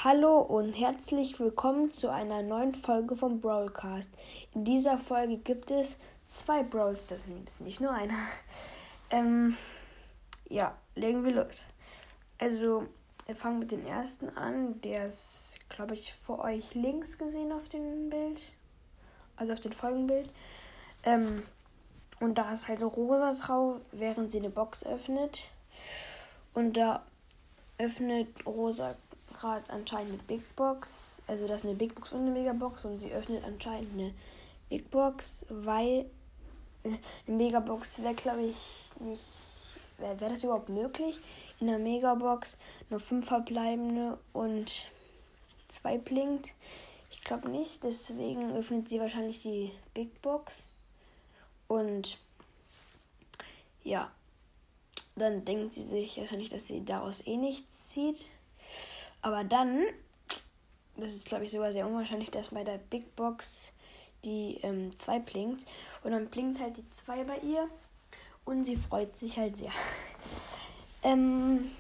Hallo und herzlich willkommen zu einer neuen Folge vom Brawlcast. In dieser Folge gibt es 2 Brawls, das ist nicht nur einer. Legen wir los. Also, wir fangen mit dem ersten an. Der ist, glaube ich, vor euch links gesehen auf dem Bild. Also auf dem Folgenbild. Und da ist halt Rosa drauf, während sie eine Box öffnet. Und da öffnet Rosa gerade anscheinend eine Big Box. Also das ist eine Big Box und eine Megabox. Und sie öffnet anscheinend eine Big Box, weil eine Megabox wäre, glaube ich, nicht... Wäre das überhaupt möglich? In der Megabox nur 5 verbleibende und 2 blinkt. Ich glaube nicht. Deswegen öffnet sie wahrscheinlich die Big Box. Und ja, dann denkt sie sich wahrscheinlich, dass sie daraus eh nichts zieht. Aber dann, das ist glaube ich sogar sehr unwahrscheinlich, dass bei der Big Box die 2 blinkt. Und dann blinkt halt die 2 bei ihr. Und sie freut sich halt sehr. Und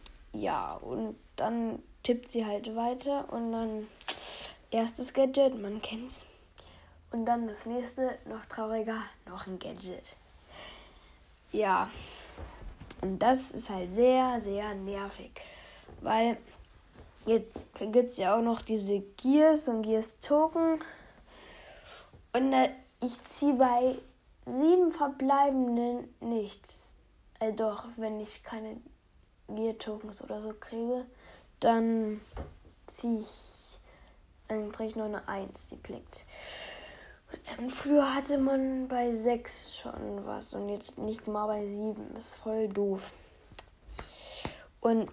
dann tippt sie halt weiter. Und dann erstes Gadget, man kennt's. Und dann das nächste, noch trauriger, noch ein Gadget. Ja, und das ist halt sehr, sehr nervig. Weil jetzt gibt es ja auch noch diese Gears und Gears Token. Und ich ziehe bei 7 verbleibenden nichts. Doch, wenn ich keine Gear Tokens oder so kriege, dann kriege ich noch eine 1, die blinkt. Früher hatte man bei 6 schon was und jetzt nicht mal bei 7. Das ist voll doof. Und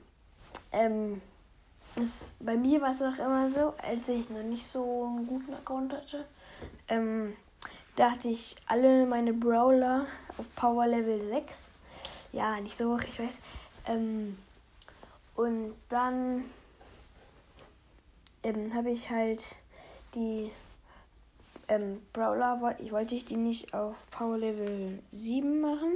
bei mir war es auch immer so, als ich noch nicht so einen guten Account hatte, da hatte ich alle meine Brawler auf Power Level 6. Ja, nicht so hoch, ich weiß. Und dann habe ich halt die Brawler, wollte ich die nicht auf Power Level 7 machen,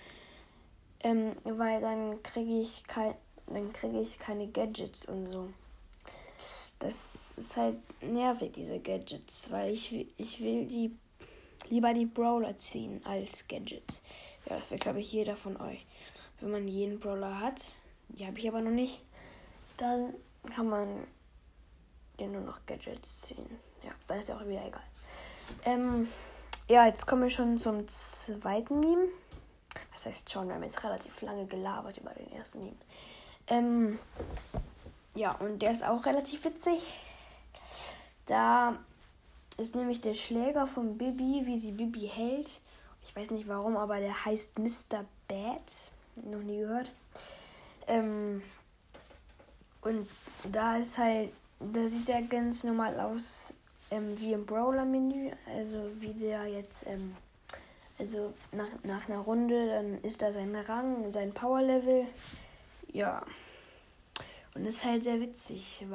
weil dann kriege ich keine Gadgets und so. Das ist halt nervig, diese Gadgets, weil ich will lieber die Brawler ziehen als Gadgets. Ja, das will, glaube ich, jeder von euch. Wenn man jeden Brawler hat, die habe ich aber noch nicht, dann kann man nur noch Gadgets ziehen. Ja, dann ist ja auch wieder egal. Jetzt kommen wir schon zum zweiten Meme. Was heißt schon, wir haben jetzt relativ lange gelabert über den ersten Meme. Und der ist auch relativ witzig. Da ist nämlich der Schläger von Bibi, wie sie Bibi hält. Ich weiß nicht warum, aber der heißt Mr. Bad. Noch nie gehört. Und da sieht der ganz normal aus, wie im Brawler-Menü. Also wie der jetzt, nach einer Runde, dann ist da sein Rang, sein Power-Level. Ja. Und das ist halt sehr witzig,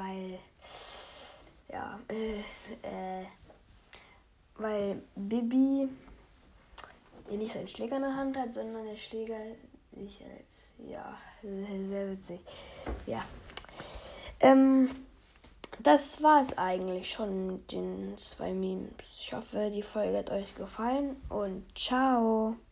weil Bibi nicht so einen Schläger in der Hand hat, sondern der Schläger nicht halt, sehr witzig. Ja. Das war es eigentlich schon mit den 2 Memes. Ich hoffe, die Folge hat euch gefallen und ciao.